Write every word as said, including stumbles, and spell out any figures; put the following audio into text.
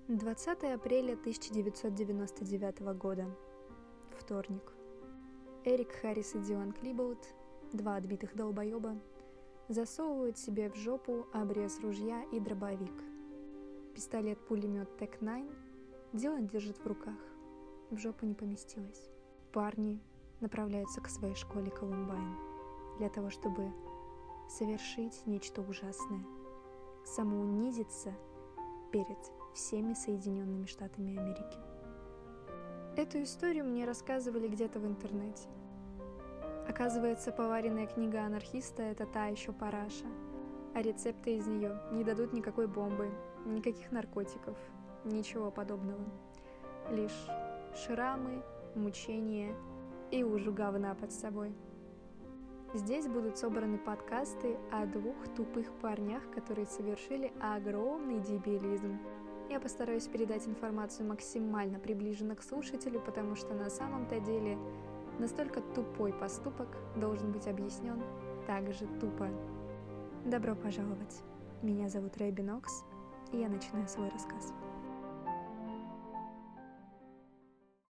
двадцатое апреля тысяча девятьсот девяносто девятого года. Вторник. Эрик Харрис и Дилан Клиболд, два отбитых долбоеба, засовывают себе в жопу обрез ружья и дробовик. Пистолет-пулемет Тек девять Дилан держит в руках. В жопу не поместилось. Парни направляются к своей школе Колумбайн для того, чтобы совершить нечто ужасное. Самоунизиться перед всеми Соединенными Штатами Америки. Эту историю мне рассказывали где-то в интернете. Оказывается, поваренная книга анархиста — это та еще параша, а рецепты из нее не дадут никакой бомбы, никаких наркотиков, ничего подобного. Лишь шрамы, мучения и лужу говна под собой. Здесь будут собраны подкасты о двух тупых парнях, которые совершили огромный дебилизм. Я постараюсь передать информацию максимально приближенно к слушателю, потому что на самом-то деле настолько тупой поступок должен быть объяснен так же тупо. Добро пожаловать. Меня зовут Рэйби Нокс, и я начинаю свой рассказ.